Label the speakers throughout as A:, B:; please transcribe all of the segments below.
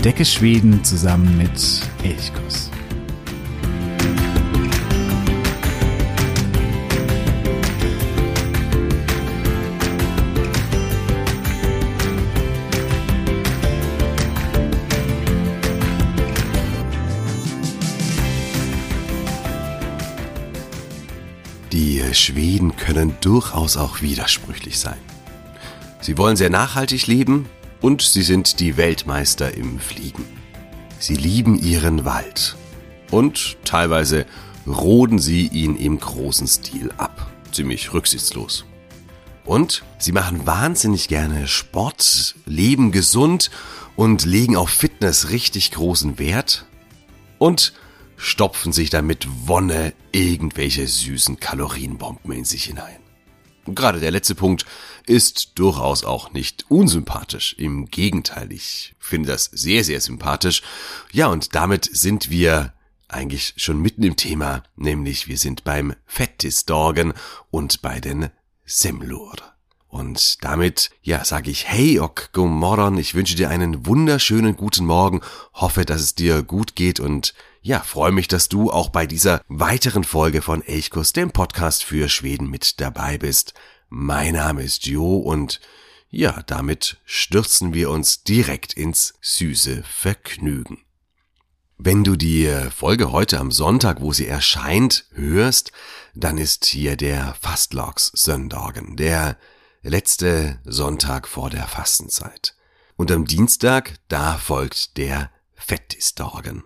A: Entdecke Schweden zusammen mit Elchkuss.
B: Die Schweden können durchaus auch widersprüchlich sein. Sie wollen sehr nachhaltig leben und sie sind die Weltmeister im Fliegen. Sie lieben ihren Wald und teilweise roden sie ihn im großen Stil ab. Ziemlich rücksichtslos. Und sie machen wahnsinnig gerne Sport, leben gesund und legen auf Fitness richtig großen Wert und stopfen sich dann mit Wonne irgendwelche süßen Kalorienbomben in sich hinein. Und gerade der letzte Punkt ist durchaus auch nicht unsympathisch. Im Gegenteil, ich finde das sehr, sehr sympathisch. Ja, und damit sind wir eigentlich schon mitten im Thema, nämlich wir sind beim Fettisdagen und bei den Semlor. Und damit, ja, sage ich hey och god morgon, ich wünsche dir einen wunderschönen guten Morgen, hoffe, dass es dir gut geht und ja, freue mich, dass du auch bei dieser weiteren Folge von Elchkuss, dem Podcast für Schweden, mit dabei bist. Mein Name ist Jo und ja, damit stürzen wir uns direkt ins süße Vergnügen. Wenn du die Folge heute am Sonntag, wo sie erscheint, hörst, dann ist hier der Fastlagssöndagen, der letzte Sonntag vor der Fastenzeit. Und am Dienstag, da folgt der Fettisdagen.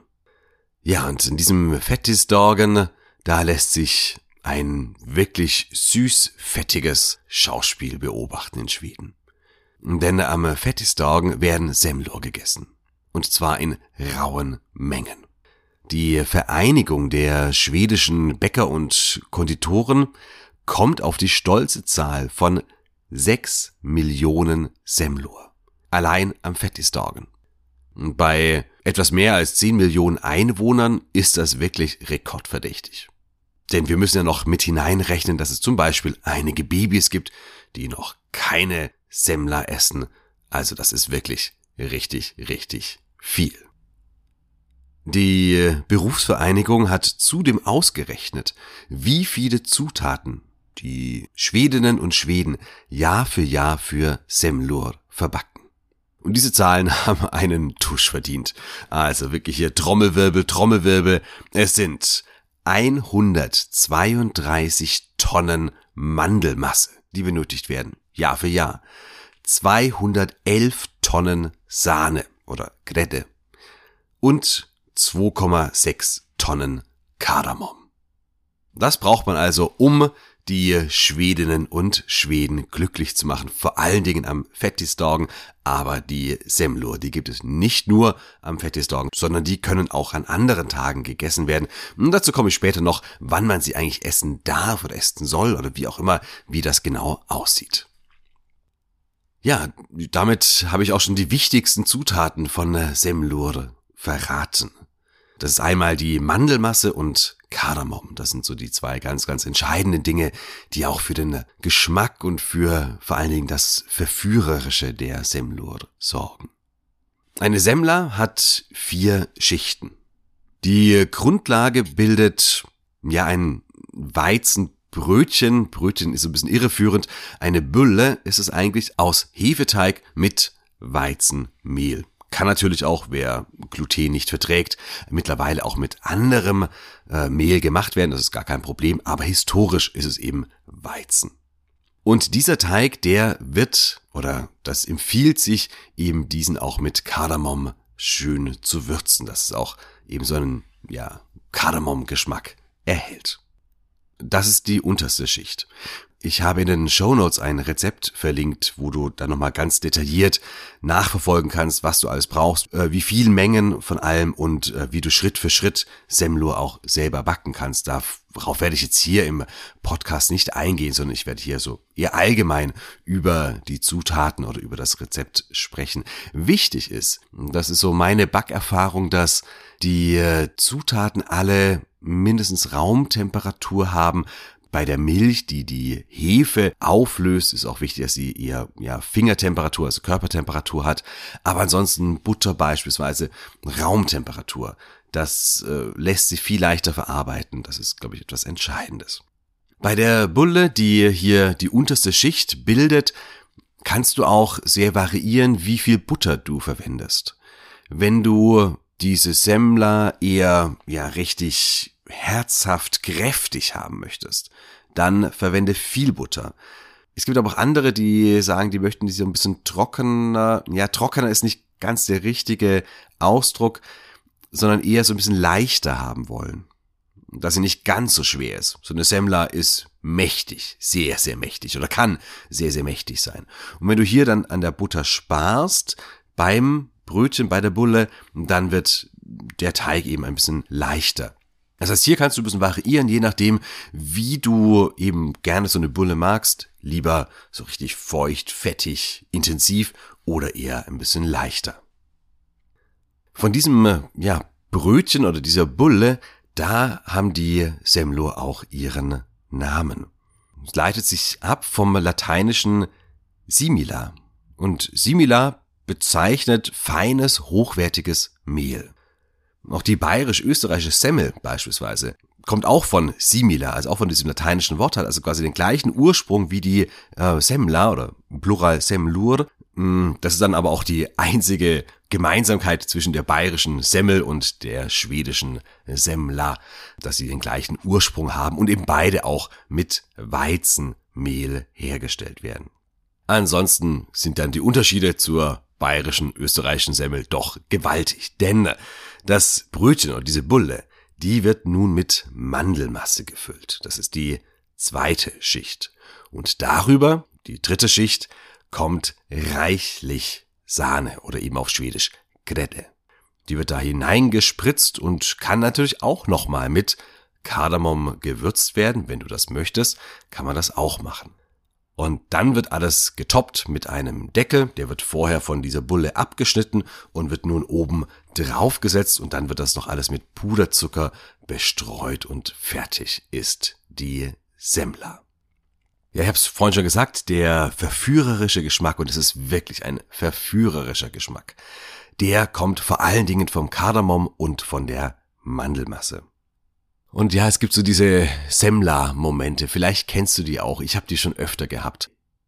B: Ja, und in diesem Fettisdagen, da lässt sich ein wirklich süß-fettiges Schauspiel beobachten in Schweden. Denn am Fettisdagen werden Semlor gegessen. Und zwar in rauen Mengen. Die Vereinigung der schwedischen Bäcker und Konditoren kommt auf die stolze Zahl von 6 Millionen Semlor. Allein am Fettisdagen. Bei etwas mehr als 10 Millionen Einwohnern ist das wirklich rekordverdächtig. Denn wir müssen ja noch mit hineinrechnen, dass es zum Beispiel einige Babys gibt, die noch keine Semla essen. Also das ist wirklich richtig, richtig viel. Die Berufsvereinigung hat zudem ausgerechnet, wie viele Zutaten die Schwedinnen und Schweden Jahr für Semlor verbacken. Und diese Zahlen haben einen Tusch verdient. Also wirklich hier Trommelwirbel, Trommelwirbel. Es sind 132 Tonnen Mandelmasse, die benötigt werden, Jahr für Jahr. 211 Tonnen Sahne oder Grädde und 2,6 Tonnen Kardamom. Das braucht man also, um die Schwedinnen und Schweden glücklich zu machen, vor allen Dingen am Fettisdagen, aber die Semlor, die gibt es nicht nur am Fettisdagen, sondern die können auch an anderen Tagen gegessen werden. Und dazu komme ich später noch, wann man sie eigentlich essen darf oder essen soll oder wie auch immer, wie das genau aussieht. Ja, damit habe ich auch schon die wichtigsten Zutaten von Semlor verraten. Das ist einmal die Mandelmasse und Kardamom. Das sind so die zwei ganz, ganz entscheidenden Dinge, die auch für den Geschmack und für vor allen Dingen das Verführerische der Semlor sorgen. Eine Semla hat 4 Schichten. Die Grundlage bildet ja ein Weizenbrötchen. Brötchen ist so ein bisschen irreführend. Eine Bulle ist es eigentlich aus Hefeteig mit Weizenmehl. Kann natürlich auch, wer Gluten nicht verträgt, mittlerweile auch mit anderem Mehl gemacht werden. Das ist gar kein Problem, aber historisch ist es eben Weizen. Und dieser Teig, der wird, oder das empfiehlt sich, eben diesen auch mit Kardamom schön zu würzen, dass es auch eben so einen, ja, Kardamom-Geschmack erhält. Das ist die unterste Schicht. Ich habe in den Shownotes ein Rezept verlinkt, wo du dann nochmal ganz detailliert nachverfolgen kannst, was du alles brauchst, wie viel Mengen von allem und wie du Schritt für Schritt Semlor auch selber backen kannst. Darauf werde ich jetzt hier im Podcast nicht eingehen, sondern ich werde hier so eher allgemein über die Zutaten oder über das Rezept sprechen. Wichtig ist, das ist so meine Backerfahrung, dass die Zutaten alle mindestens Raumtemperatur haben, bei der Milch, die die Hefe auflöst, ist auch wichtig, dass sie eher Fingertemperatur, also Körpertemperatur hat. Aber ansonsten Butter beispielsweise Raumtemperatur. Das lässt sich viel leichter verarbeiten. Das ist, glaube ich, etwas Entscheidendes. Bei der Bulle, die hier die unterste Schicht bildet, kannst du auch sehr variieren, wie viel Butter du verwendest. Wenn du diese Semmler eher richtig herzhaft kräftig haben möchtest, dann verwende viel Butter. Es gibt aber auch andere, die sagen, die möchten die so ein bisschen trockener. Ja, trockener ist nicht ganz der richtige Ausdruck, sondern eher so ein bisschen leichter haben wollen. Dass sie nicht ganz so schwer ist. So eine Semmler ist mächtig, sehr, sehr mächtig oder kann sehr, sehr mächtig sein. Und wenn du hier dann an der Butter sparst, beim Brötchen, bei der Bulle, dann wird der Teig eben ein bisschen leichter. Das heißt, hier kannst du ein bisschen variieren, je nachdem, wie du eben gerne so eine Bulle magst. Lieber so richtig feucht, fettig, intensiv oder eher ein bisschen leichter. Von diesem Brötchen oder dieser Bulle, da haben die Semler auch ihren Namen. Es leitet sich ab vom lateinischen simila. Und simila bezeichnet feines, hochwertiges Mehl. Auch die bayerisch-österreichische Semmel beispielsweise kommt auch von simila, also auch von diesem lateinischen Wort, hat also quasi den gleichen Ursprung wie die Semmla oder Plural Semlur. Das ist dann aber auch die einzige Gemeinsamkeit zwischen der bayerischen Semmel und der schwedischen Semla, dass sie den gleichen Ursprung haben und eben beide auch mit Weizenmehl hergestellt werden. Ansonsten sind dann die Unterschiede zur bayerischen, österreichischen Semmel doch gewaltig, denn das Brötchen oder diese Bulle, die wird nun mit Mandelmasse gefüllt. Das ist die zweite Schicht. Und darüber, die dritte Schicht, kommt reichlich Sahne oder eben auf Schwedisch Grädde. Die wird da hineingespritzt und kann natürlich auch nochmal mit Kardamom gewürzt werden. Wenn du das möchtest, kann man das auch machen. Und dann wird alles getoppt mit einem Deckel, der wird vorher von dieser Bulle abgeschnitten und wird nun oben draufgesetzt und dann wird das noch alles mit Puderzucker bestreut und fertig ist die Semmler. Ja, ich habe es vorhin schon gesagt, der verführerische Geschmack, und es ist wirklich ein verführerischer Geschmack, der kommt vor allen Dingen vom Kardamom und von der Mandelmasse. Und ja, es gibt so diese Semmler-Momente, vielleicht kennst du die auch, ich habe die schon öfter gehabt.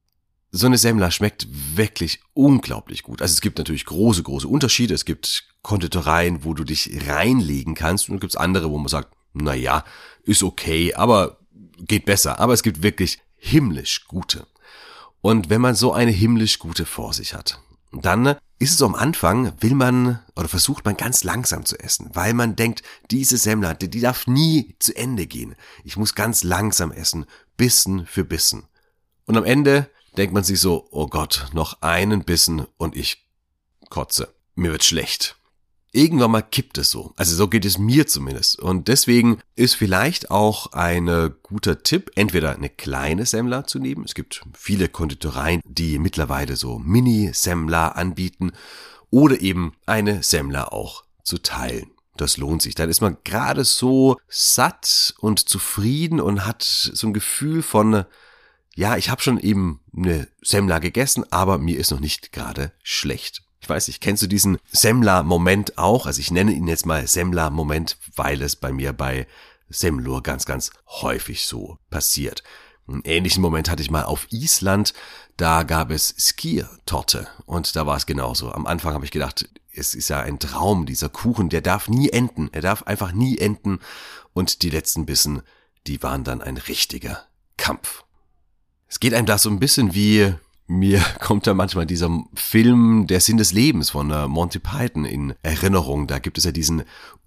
B: So eine Semmler schmeckt wirklich unglaublich gut. Also es gibt natürlich große Unterschiede, es gibt Konditoreien, wo du dich reinlegen kannst und es gibt andere, wo man sagt, naja, ist okay, aber geht besser. Aber es gibt wirklich himmlisch gute. Und wenn man so eine himmlisch gute vor sich hat, dann ist es am Anfang, will man oder versucht man ganz langsam zu essen, weil man denkt, diese Semmler, die darf nie zu Ende gehen. Ich muss ganz langsam essen, Bissen für Bissen. Und am Ende denkt man sich so, oh Gott, noch einen Bissen und ich kotze. Mir wird schlecht. Irgendwann mal kippt es so. Also so geht es mir zumindest. Und deswegen ist vielleicht auch ein guter Tipp, entweder eine kleine Semmler zu nehmen. Es gibt viele Konditoreien, die mittlerweile so Mini-Semmler anbieten. Oder eben eine Semmler auch zu teilen. Das lohnt sich. Dann ist man gerade so satt und zufrieden und hat so ein Gefühl von, ja, ich habe schon eben eine Semmler gegessen, aber mir ist noch nicht gerade schlecht. Ich weiß nicht, kennst du diesen Semmler-Moment auch? Also ich nenne ihn jetzt mal Semmler-Moment, weil es bei mir bei Semlur ganz häufig so passiert. Einen ähnlichen Moment hatte ich mal auf Island, da gab es Skiertorte und da war es genauso. Am Anfang habe ich gedacht, es ist ja ein Traum, dieser Kuchen, der darf nie enden. Er darf einfach nie enden und die letzten Bissen, die waren dann ein richtiger Kampf. Es geht einem da so ein bisschen wie... Mir kommt da manchmal dieser Film Der Sinn des Lebens von Monty Python in Erinnerung. Da gibt es ja diesen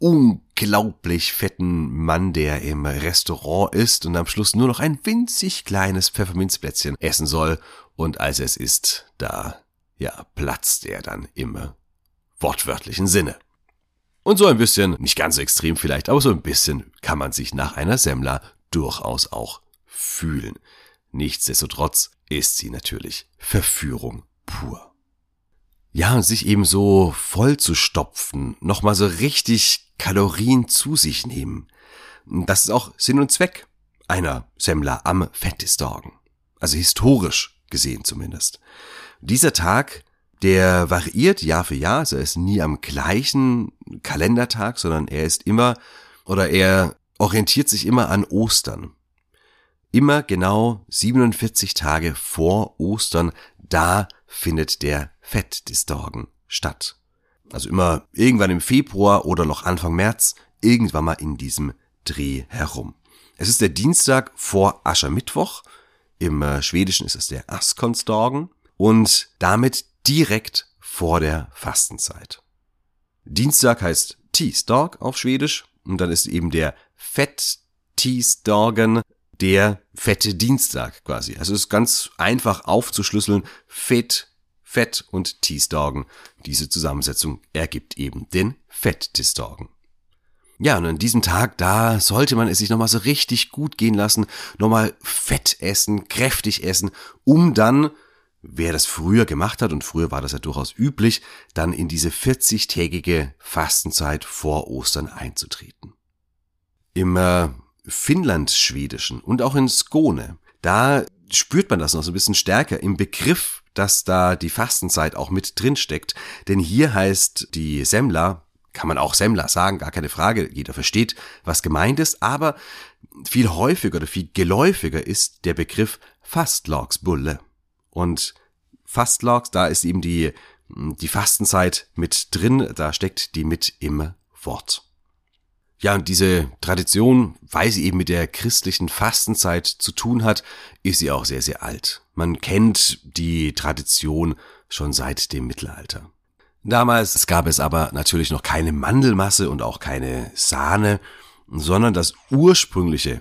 B: unglaublich fetten Mann, der im Restaurant ist und am Schluss nur noch ein winzig kleines Pfefferminzplätzchen essen soll. Und als er es isst, da platzt er dann im wortwörtlichen Sinne. Und so ein bisschen, nicht ganz so extrem vielleicht, aber so ein bisschen kann man sich nach einer Semmler durchaus auch fühlen. Nichtsdestotrotz ist sie natürlich Verführung pur. Ja, und sich eben so voll zu stopfen, nochmal so richtig Kalorien zu sich nehmen, das ist auch Sinn und Zweck einer Semmler am Fettisdagen. Also historisch gesehen zumindest. Dieser Tag, der variiert Jahr für Jahr, also er ist nie am gleichen Kalendertag, sondern er orientiert sich immer an Ostern. Immer genau 47 Tage vor Ostern, da findet der Fettisdagen statt. Also immer irgendwann im Februar oder noch Anfang März, irgendwann mal in diesem Dreh herum. Es ist der Dienstag vor Aschermittwoch, im Schwedischen ist es der Askonsdagen und damit direkt vor der Fastenzeit. Dienstag heißt Tisdag auf Schwedisch und dann ist eben der Fettisdagen der fette Dienstag quasi. Also es ist ganz einfach aufzuschlüsseln. Fett und Tisdagen. Diese Zusammensetzung ergibt eben den Fettisdagen. Ja, und an diesem Tag, da sollte man es sich nochmal so richtig gut gehen lassen, nochmal fett essen, kräftig essen, um dann, wer das früher gemacht hat, und früher war das ja durchaus üblich, dann in diese 40-tägige Fastenzeit vor Ostern einzutreten. Im Finnlandschwedischen und auch in Skåne, da spürt man das noch so ein bisschen stärker im Begriff, dass da die Fastenzeit auch mit drin steckt. Denn hier heißt die Semmla, kann man auch Semmla sagen, gar keine Frage, jeder versteht, was gemeint ist, aber viel häufiger oder viel geläufiger ist der Begriff Fastlagsbulle. Und Fastlags, da ist eben die Fastenzeit mit drin, da steckt die mit im Wort. Ja, und diese Tradition, weil sie eben mit der christlichen Fastenzeit zu tun hat, ist sie auch sehr, sehr alt. Man kennt die Tradition schon seit dem Mittelalter. Damals gab es aber natürlich noch keine Mandelmasse und auch keine Sahne, sondern die ursprüngliche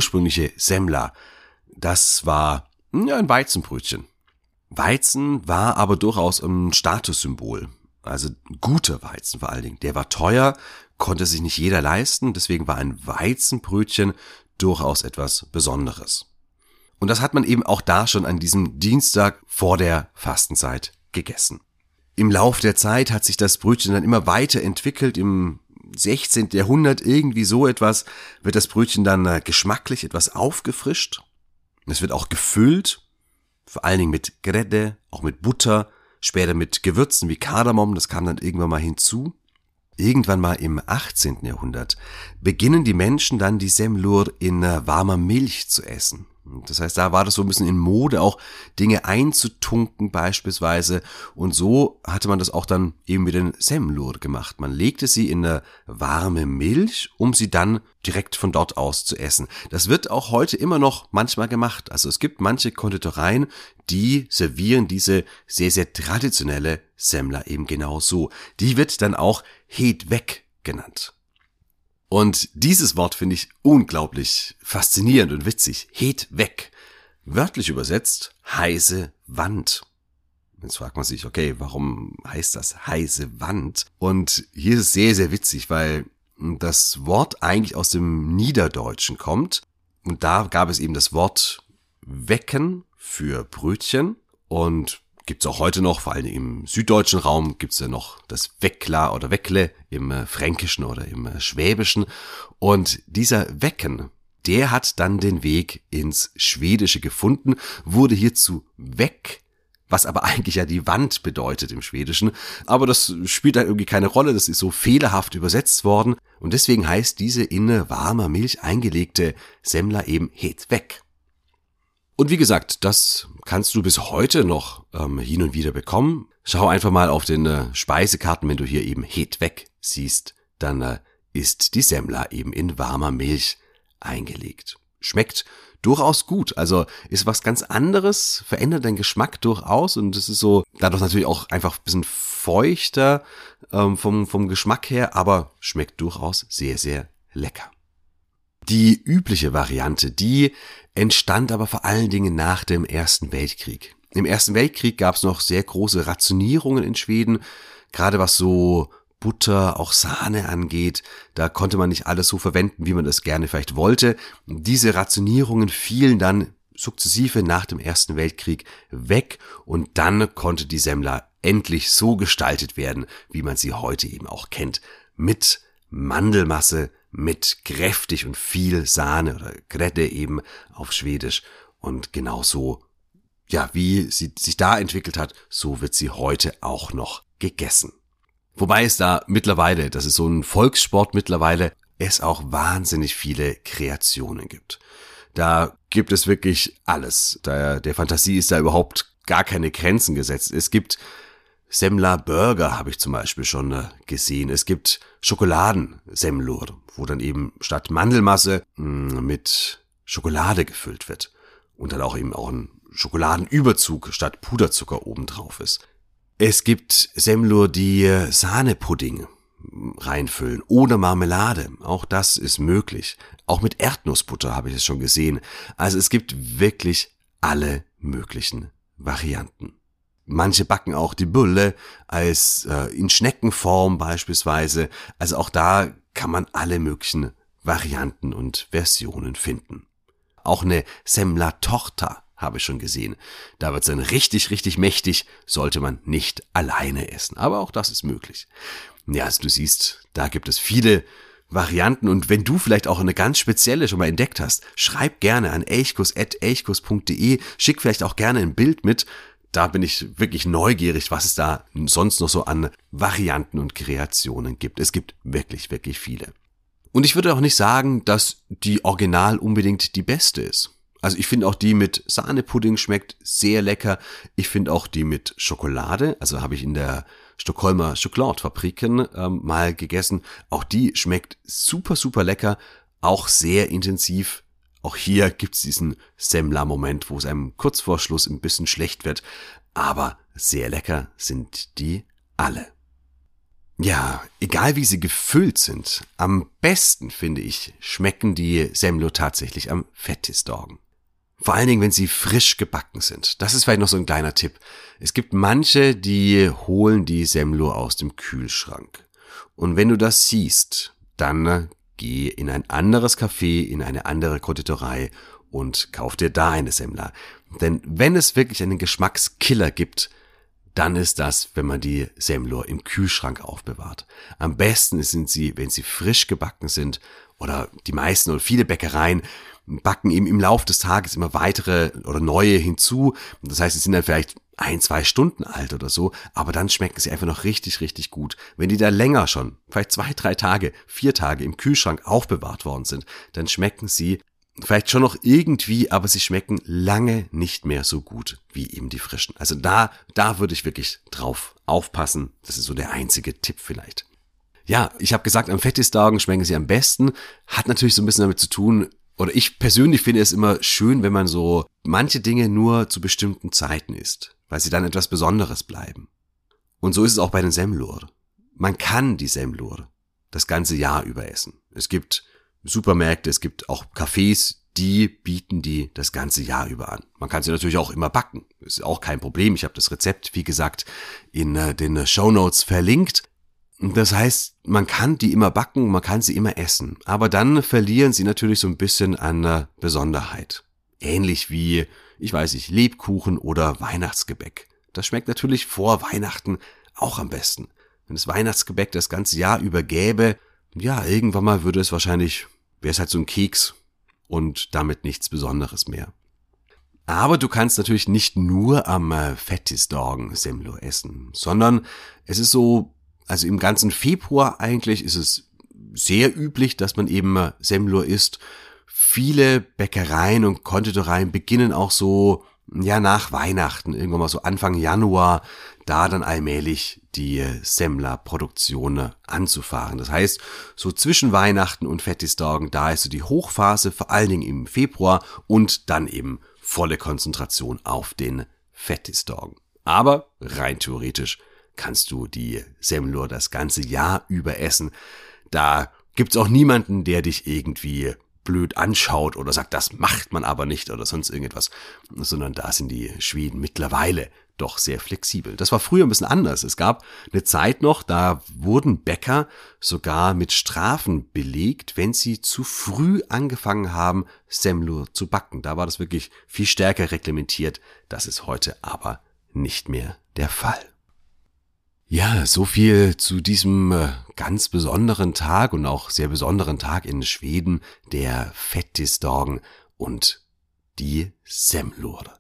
B: Semmla, das war ein Weizenbrötchen. Weizen war aber durchaus ein Statussymbol. Also guter Weizen vor allen Dingen. Der war teuer, konnte sich nicht jeder leisten, deswegen war ein Weizenbrötchen durchaus etwas Besonderes. Und das hat man eben auch da schon an diesem Dienstag vor der Fastenzeit gegessen. Im Lauf der Zeit hat sich das Brötchen dann immer weiter entwickelt. Im 16. Jahrhundert irgendwie so etwas wird das Brötchen dann geschmacklich etwas aufgefrischt. Es wird auch gefüllt, vor allen Dingen mit Grädde, auch mit Butter, später mit Gewürzen wie Kardamom, das kam dann irgendwann mal hinzu. Irgendwann mal im 18. Jahrhundert beginnen die Menschen dann die Semlur in warmer Milch zu essen. Das heißt, da war das so ein bisschen in Mode, auch Dinge einzutunken beispielsweise. Und so hatte man das auch dann eben mit den Semlur gemacht. Man legte sie in eine warme Milch, um sie dann direkt von dort aus zu essen. Das wird auch heute immer noch manchmal gemacht. Also es gibt manche Konditoreien, die servieren diese sehr, sehr traditionelle Semmla eben genau so. Die wird dann auch het weg genannt. Und dieses Wort finde ich unglaublich faszinierend und witzig. Het weg. Wörtlich übersetzt, heiße Wand. Jetzt fragt man sich, okay, warum heißt das heiße Wand? Und hier ist es sehr, sehr witzig, weil das Wort eigentlich aus dem Niederdeutschen kommt. Und da gab es eben das Wort wecken für Brötchen und gibt's auch heute noch, vor allem im süddeutschen Raum gibt's ja noch das Weckla oder Weckle im Fränkischen oder im Schwäbischen. Und dieser Wecken, der hat dann den Weg ins Schwedische gefunden, wurde hierzu Weck, was aber eigentlich ja die Wand bedeutet im Schwedischen. Aber das spielt da irgendwie keine Rolle, das ist so fehlerhaft übersetzt worden. Und deswegen heißt diese in warmer Milch eingelegte Semmla eben het weg. Und wie gesagt, das kannst du bis heute noch hin und wieder bekommen. Schau einfach mal auf den Speisekarten, wenn du hier eben het weg siehst, dann ist die Semmla eben in warmer Milch eingelegt. Schmeckt durchaus gut, also ist was ganz anderes, verändert den Geschmack durchaus und es ist so, dadurch natürlich auch einfach ein bisschen feuchter vom Geschmack her, aber schmeckt durchaus sehr, sehr lecker. Die übliche Variante, die entstand aber vor allen Dingen nach dem Ersten Weltkrieg. Im Ersten Weltkrieg gab es noch sehr große Rationierungen in Schweden, gerade was so Butter, auch Sahne angeht. Da konnte man nicht alles so verwenden, wie man das gerne vielleicht wollte. Diese Rationierungen fielen dann sukzessive nach dem Ersten Weltkrieg weg und dann konnte die Semmla endlich so gestaltet werden, wie man sie heute eben auch kennt, mit Mandelmasse, mit kräftig und viel Sahne oder Grädde eben auf Schwedisch. Und genauso, ja, wie sie sich da entwickelt hat, so wird sie heute auch noch gegessen. Wobei es da mittlerweile, das ist so ein Volkssport mittlerweile, es auch wahnsinnig viele Kreationen gibt. Da gibt es wirklich alles. Der Fantasie ist da überhaupt gar keine Grenzen gesetzt. Es gibt Semmler-Burger, habe ich zum Beispiel schon gesehen. Es gibt Schokoladensemlur, wo dann eben statt Mandelmasse mit Schokolade gefüllt wird. Und dann auch eben auch ein Schokoladenüberzug statt Puderzucker obendrauf ist. Es gibt Semlur, die Sahnepudding reinfüllen oder Marmelade. Auch das ist möglich. Auch mit Erdnussbutter habe ich es schon gesehen. Also es gibt wirklich alle möglichen Varianten. Manche backen auch die Bulle als in Schneckenform beispielsweise. Also auch da kann man alle möglichen Varianten und Versionen finden. Auch eine Semla-Torta habe ich schon gesehen. Da wird es dann richtig, richtig mächtig, sollte man nicht alleine essen. Aber auch das ist möglich. Ja, also du siehst, da gibt es viele Varianten. Und wenn du vielleicht auch eine ganz spezielle schon mal entdeckt hast, schreib gerne an elchkuss@elchkuss.de, schick vielleicht auch gerne ein Bild mit. Da bin ich wirklich neugierig, was es da sonst noch so an Varianten und Kreationen gibt. Es gibt wirklich, wirklich viele. Und ich würde auch nicht sagen, dass die Original unbedingt die beste ist. Also ich finde auch die mit Sahnepudding schmeckt sehr lecker. Ich finde auch die mit Schokolade, also habe ich in der Stockholmer Chokladfabriken mal gegessen. Auch die schmeckt super, super lecker, auch sehr intensiv. Auch hier gibt's diesen Semmler-Moment, wo es einem kurz vor Schluss ein bisschen schlecht wird. Aber sehr lecker sind die alle. Ja, egal wie sie gefüllt sind, am besten, finde ich, schmecken die Semlor tatsächlich am Fettisdagen. Vor allen Dingen, wenn sie frisch gebacken sind. Das ist vielleicht noch so ein kleiner Tipp. Es gibt manche, die holen die Semlor aus dem Kühlschrank. Und wenn du das siehst, dann geh in ein anderes Café, in eine andere Konditorei und kauf dir da eine Semla. Denn wenn es wirklich einen Geschmackskiller gibt, dann ist das, wenn man die Semlor im Kühlschrank aufbewahrt. Am besten sind sie, wenn sie frisch gebacken sind, oder die meisten oder viele Bäckereien backen eben im Laufe des Tages immer weitere oder neue hinzu. Das heißt, sie sind dann vielleicht 1-2 Stunden alt oder so, aber dann schmecken sie einfach noch richtig, richtig gut. Wenn die da länger schon, vielleicht 2-3 Tage, 4 Tage im Kühlschrank aufbewahrt worden sind, dann schmecken sie vielleicht schon noch irgendwie, aber sie schmecken lange nicht mehr so gut wie eben die frischen. Also da würde ich wirklich drauf aufpassen. Das ist so der einzige Tipp vielleicht. Ja, ich habe gesagt, am Fettisdagen schmecken sie am besten. Hat natürlich so ein bisschen damit zu tun, oder ich persönlich finde es immer schön, wenn man so manche Dinge nur zu bestimmten Zeiten isst, weil sie dann etwas Besonderes bleiben. Und so ist es auch bei den Semlor. Man kann die Semlor das ganze Jahr über essen. Es gibt Supermärkte, es gibt auch Cafés, die bieten die das ganze Jahr über an. Man kann sie natürlich auch immer backen. Ist auch kein Problem. Ich habe das Rezept, wie gesagt, in den Shownotes verlinkt. Das heißt, man kann die immer backen, man kann sie immer essen. Aber dann verlieren sie natürlich so ein bisschen an Besonderheit. Ähnlich wie, ich weiß nicht, Lebkuchen oder Weihnachtsgebäck. Das schmeckt natürlich vor Weihnachten auch am besten. Wenn es Weihnachtsgebäck das ganze Jahr über gäbe, ja, irgendwann mal wäre es halt so ein Keks und damit nichts Besonderes mehr. Aber du kannst natürlich nicht nur am Fettisdagen Semlor essen, sondern es ist so, also im ganzen Februar eigentlich ist es sehr üblich, dass man eben Semlor isst. Viele Bäckereien und Konditoreien beginnen auch so, ja, nach Weihnachten, irgendwann mal so Anfang Januar, da dann allmählich die Semla-Produktion anzufahren. Das heißt, so zwischen Weihnachten und Fettisdagen, da ist so die Hochphase, vor allen Dingen im Februar und dann eben volle Konzentration auf den Fettisdagen. Aber rein theoretisch kannst du die Semlor das ganze Jahr über essen. Da gibt's auch niemanden, der dich irgendwie blöd anschaut oder sagt, das macht man aber nicht oder sonst irgendetwas, sondern da sind die Schweden mittlerweile doch sehr flexibel. Das war früher ein bisschen anders. Es gab eine Zeit noch, da wurden Bäcker sogar mit Strafen belegt, wenn sie zu früh angefangen haben, Semlor zu backen. Da war das wirklich viel stärker reglementiert. Das ist heute aber nicht mehr der Fall. Ja, so viel zu diesem ganz besonderen Tag und auch sehr besonderen Tag in Schweden, der Fettisdagen und die Semlor.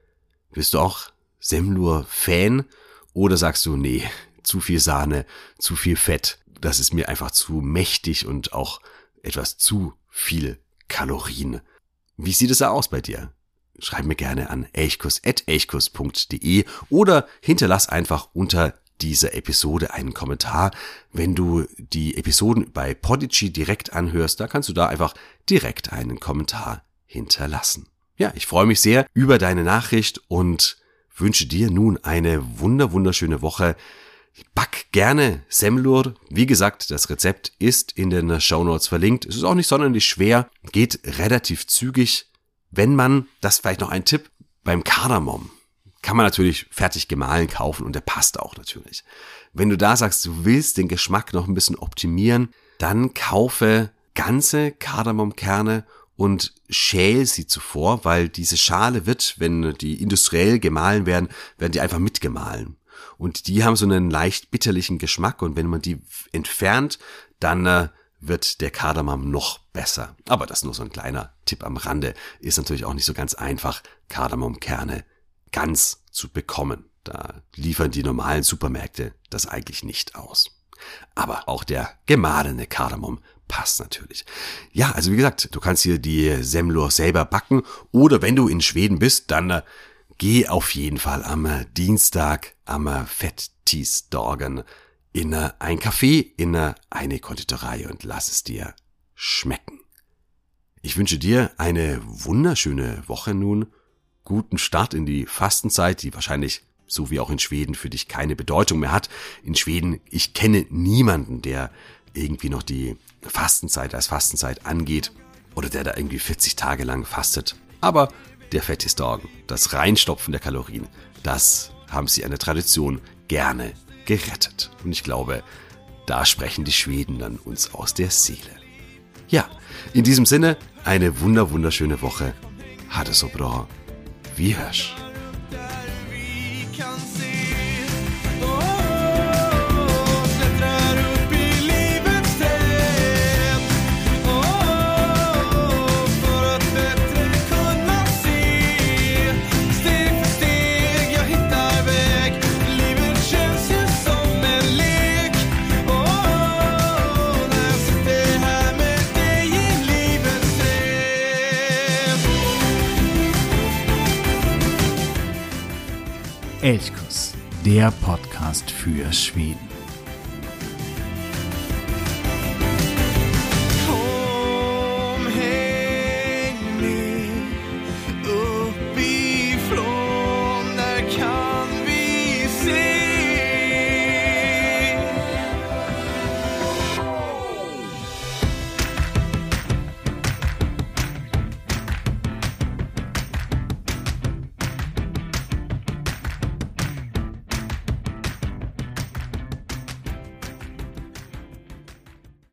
B: Bist du auch Semlor-Fan oder sagst du, nee, zu viel Sahne, zu viel Fett, das ist mir einfach zu mächtig und auch etwas zu viel Kalorien. Wie sieht es da aus bei dir? Schreib mir gerne an elchkuss@elchkuss.de oder hinterlass einfach unter dieser Episode einen Kommentar. Wenn du die Episoden bei Podigy direkt anhörst, da kannst du da einfach direkt einen Kommentar hinterlassen. Ja, ich freue mich sehr über deine Nachricht und wünsche dir nun eine wunderschöne Woche. Back gerne Semlor. Wie gesagt, das Rezept ist in den Shownotes verlinkt. Es ist auch nicht sonderlich schwer, geht relativ zügig. Wenn man, das vielleicht noch ein Tipp, beim Kardamom kann man natürlich fertig gemahlen kaufen und der passt auch natürlich. Wenn du da sagst, du willst den Geschmack noch ein bisschen optimieren, dann kaufe ganze Kardamomkerne und schäl sie zuvor, weil diese Schale wird, wenn die industriell gemahlen werden die einfach mitgemahlen. Und die haben so einen leicht bitterlichen Geschmack und wenn man die entfernt, dann wird der Kardamom noch besser. Aber das ist nur so ein kleiner Tipp am Rande. Ist natürlich auch nicht so ganz einfach, Kardamomkerne ganz zu bekommen. Da liefern die normalen Supermärkte das eigentlich nicht aus. Aber auch der gemahlene Kardamom passt natürlich. Ja, also wie gesagt, du kannst hier die Semlor selber backen oder wenn du in Schweden bist, dann geh auf jeden Fall am Dienstag am Fettisdagen in ein Café, in eine Konditorei und lass es dir schmecken. Ich wünsche dir eine wunderschöne Woche nun, guten Start in die Fastenzeit, die wahrscheinlich, so wie auch in Schweden, für dich keine Bedeutung mehr hat. In Schweden, ich kenne niemanden, der irgendwie noch die Fastenzeit als Fastenzeit angeht oder der da irgendwie 40 Tage lang fastet. Aber der Fettisdagen, das Reinstopfen der Kalorien, das haben sie an der Tradition gerne gerettet. Und ich glaube, da sprechen die Schweden dann uns aus der Seele. Ja, in diesem Sinne, eine wunderschöne Woche. Ha det så bra. Vi hörs.
A: Elchkuss, der Podcast für Schweden.